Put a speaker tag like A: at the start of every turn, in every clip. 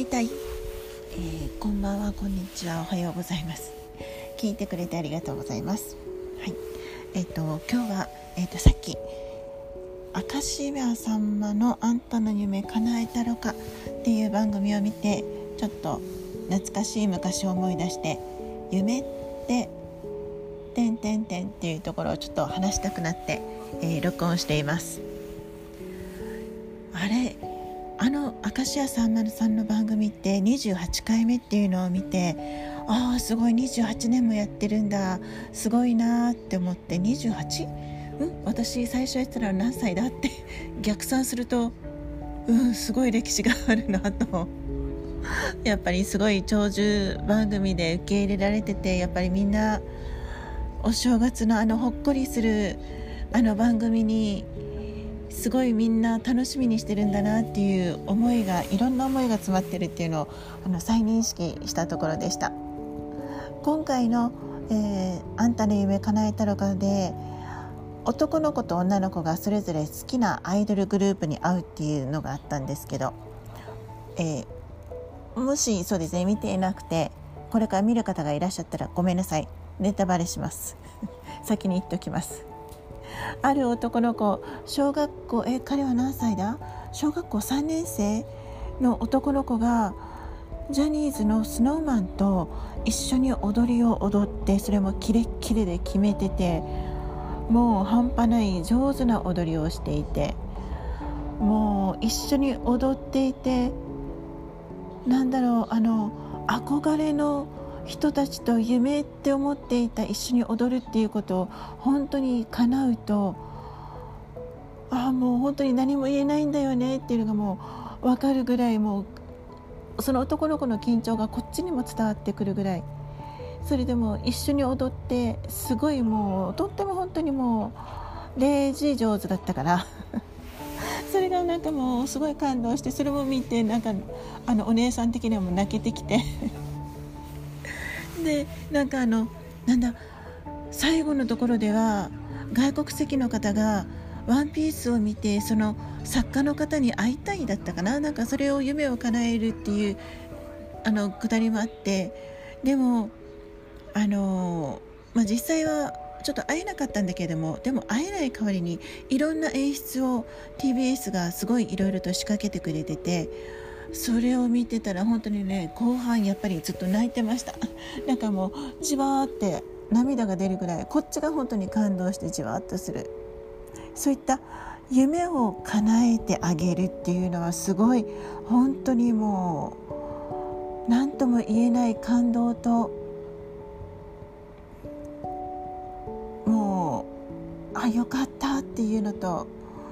A: たい、こんばんは、こんにちは、おはようございます。聞いてくれてありがとうございます。はい、今日は、さっき明石家さんまのあんたの夢叶えたろかっていう番組を見て、ちょっと懐かしい昔を思い出して、夢っててんてんてんっていうところをちょっと話したくなって、録音しています。明石家さんまさんの番組って28回目っていうのを見て、すごい28年もやってるんだ、すごいなって思って、 28？ 私最初やってたの何歳だって逆算すると、すごい歴史があるなとやっぱりすごい長寿番組で受け入れられてて、やっぱりみんなお正月のほっこりする番組にすごいみんな楽しみにしてるんだなっていう思いが、いろんな思いが詰まってるっていうのを再認識したところでした。今回の、あんたの夢叶えたろかで、男の子と女の子がそれぞれ好きなアイドルグループに会うっていうのがあったんですけど、もしそうですね、見ていなくてこれから見る方がいらっしゃったらごめんなさい、ネタバレします先に言っておきます。ある男の子、小学校彼は何歳だ、小学校3年生の男の子がジャニーズのスノーマンと一緒に踊りを踊って、それもキレッキレで決めてて、もう半端ない上手な踊りをしていて、もう一緒に踊っていて、憧れの人たちと夢って思っていた一緒に踊るっていうことを本当に叶うと、もう本当に何も言えないんだよねっていうのがもう分かるぐらい、もうその男の子の緊張がこっちにも伝わってくるぐらい、それでも一緒に踊って、すごいもうとっても本当にもう0時上手だったからそれがもうすごい感動して、それも見てお姉さん的にはもう泣けてきてで最後のところでは外国籍の方がワンピースを見て、その作家の方に会いたいだったかな、それを夢を叶えるっていうくだりもあって、でも実際はちょっと会えなかったんだけれども、でも会えない代わりにいろんな演出を TBS がすごいいろいろと仕掛けてくれてて、それを見てたら本当にね、後半やっぱりずっと泣いてましたもうじわーって涙が出るぐらい、こっちが本当に感動してじわーっとする、そういった夢を叶えてあげるっていうのはすごい本当にもう何とも言えない感動と、もうよかったっていうのと、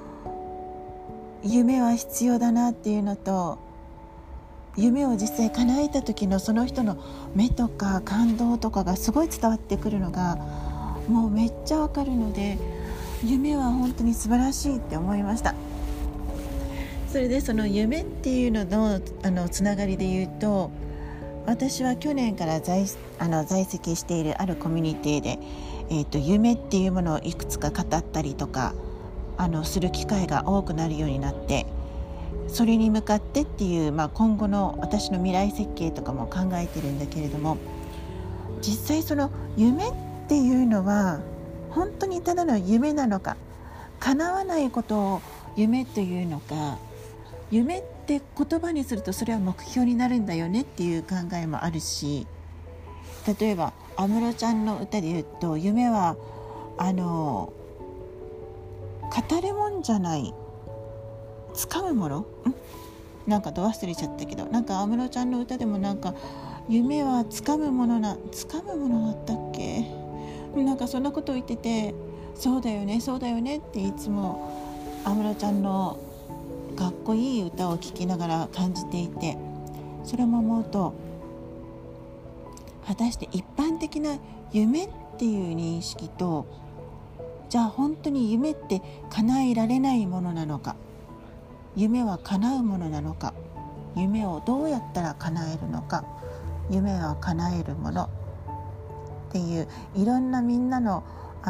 A: 夢は必要だなっていうのと、夢を実際叶えた時のその人の目とか感動とかがすごい伝わってくるのがもうめっちゃわかるので、夢は本当に素晴らしいって思いました。それでその夢っていうののつながりで言うと、私は去年から在籍しているあるコミュニティで、夢っていうものをいくつか語ったりとかする機会が多くなるようになって、それに向かってっていう、今後の私の未来設計とかも考えてるんだけれども、実際その夢っていうのは本当にただの夢なのか、叶わないことを夢というのか、夢って言葉にするとそれは目標になるんだよねっていう考えもあるし、例えば安室ちゃんの歌で言うと、夢は語るもんじゃない、掴むもの、ど忘れちゃったけど、安室ちゃんの歌でも夢は掴むものだったっけ、そんなことを言ってて、そうだよねそうだよねっていつも安室ちゃんのかっこいい歌を聴きながら感じていて、それも思うと、果たして一般的な夢っていう認識と、じゃあ本当に夢って叶えられないものなのか、夢は叶うものなのか、夢をどうやったら叶えるのか、夢は叶えるものっていう、いろんなみんなの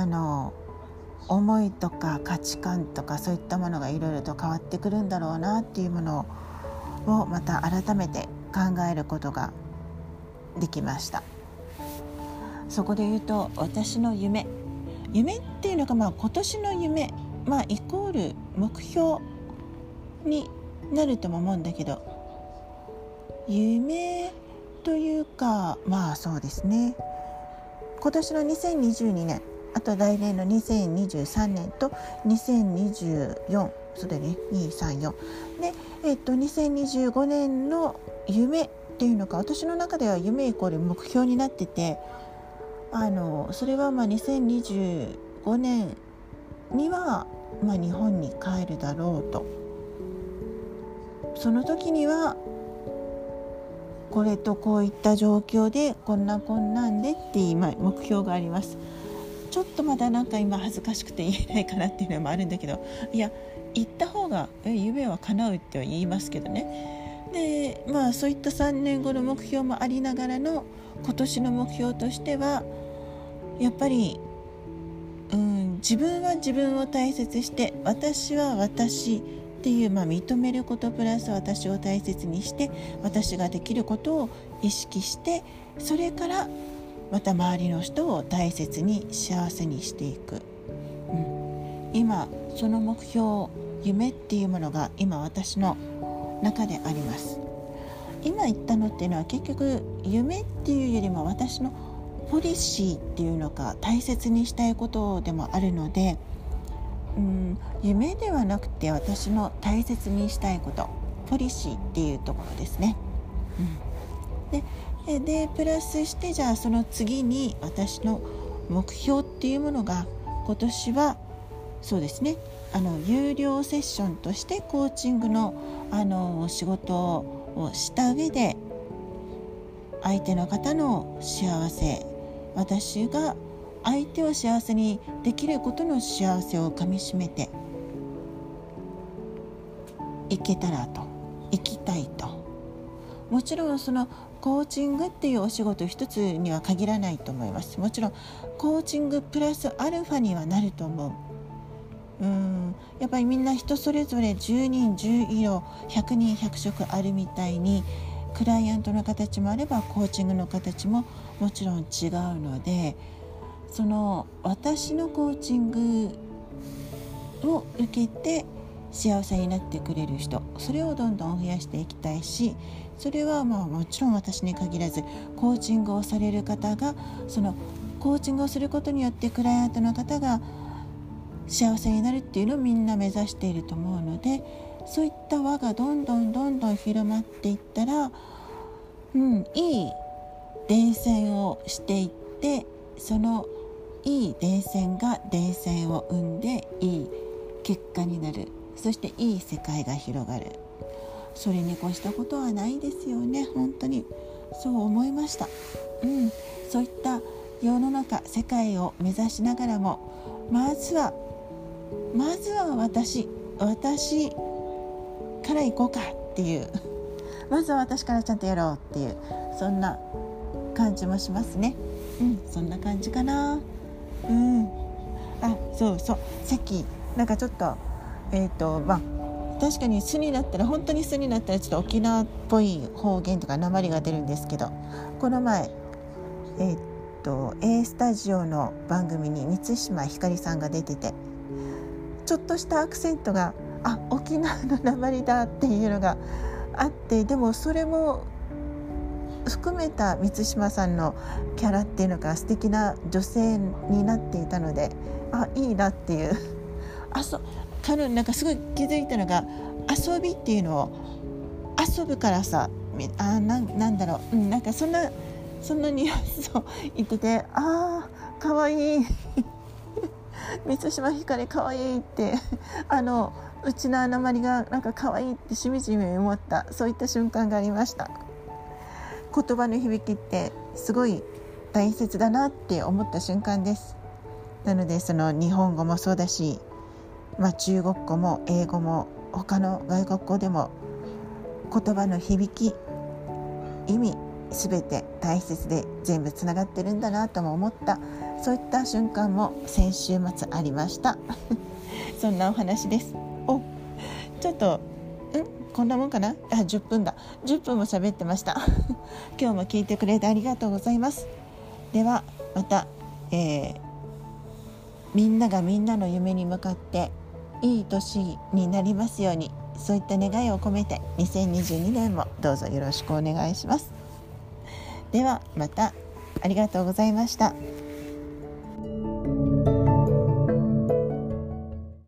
A: 思いとか価値観とか、そういったものがいろいろと変わってくるんだろうなっていうものをまた改めて考考えることができました。そこで言うと、私の夢っていうのが、今年の夢、イコール目標になるとも思うんだけど、夢というか、そうですね、今年の2022年、あと来年の2023年と2024、そうだね、234で、2025年の夢っていうのが、私の中では夢イコール目標になってて、それは2025年には、日本に帰るだろうと。その時にはこれとこういった状況でこんなんでっていう目標があります。ちょっとまだ今恥ずかしくて言えないかなっていうのもあるんだけど、いや、言った方が夢は叶うっては言いますけどね。で、そういった3年後の目標もありながらの今年の目標としては、やっぱり自分は自分を大切にして、私は私っていう、認めることプラス私を大切にして、私ができることを意識して、それからまた周りの人を大切に幸せにしていく、今その目標、夢っていうものが今私の中であります。今言ったのっていうのは、結局夢っていうよりも私のポリシーっていうのか、大切にしたいことでもあるので、夢ではなくて私の大切にしたいこと、ポリシーっていうところですね。でプラスして、じゃあその次に私の目標っていうものが、今年はそうですね、有料セッションとしてコーチングの、仕事をした上で、相手の方の幸せ、私が相手を幸せにできることの幸せをかみしめていけたらと、いきたいと。もちろんそのコーチングっていうお仕事一つには限らないと思います。もちろんコーチングプラスアルファにはなると思う。やっぱりみんな人それぞれ10人10色100人100色あるみたいに、クライアントの形もあればコーチングの形ももちろん違うので、その私のコーチングを受けて幸せになってくれる人、それをどんどん増やしていきたいし、それはもちろん私に限らず、コーチングをされる方が、そのコーチングをすることによってクライアントの方が幸せになるっていうのをみんな目指していると思うので、そういった輪がどんどん広まっていったら、いい伝染をしていって、そのいい伝染が伝染を生んでいい結果になる。そしていい世界が広がる。それに越したことはないですよね。本当にそう思いました。そういった世の中、世界を目指しながらも、まずは私から行こうかっていう、まずは私からちゃんとやろうっていう、そんな感じもしますね。そんな感じかな。そうさっきちょっと確かに素になったら、本当に素になったらちょっと沖縄っぽい方言とか訛りが出るんですけど、この前A スタジオの番組に満島ひかりさんが出てて、ちょっとしたアクセントが沖縄の訛りだっていうのがあって、でもそれも含めた満島さんのキャラっていうのが素敵な女性になっていたので、いいなっていうすごい気づいたのが、遊びっていうのを遊ぶからさ、なんだろう、そんなニュアンスを言ってて、かわいい満島ひかりかわいいってうちの訛りがかわいいってしみじみ思った、そういった瞬間がありました。言葉の響きってすごい大切だなって思った瞬間です。なので、その日本語もそうだし、中国語も英語も他の外国語でも、言葉の響き、意味、すべて大切で全部つながってるんだなとも思った、そういった瞬間も先週末ありましたそんなお話です。ちょっとこんなもんかな。10分だ。10分も喋ってました今日も聞いてくれてありがとうございます。ではまた、みんながみんなの夢に向かっていい年になりますように、そういった願いを込めて2022年もどうぞよろしくお願いします。ではまた、ありがとうございました。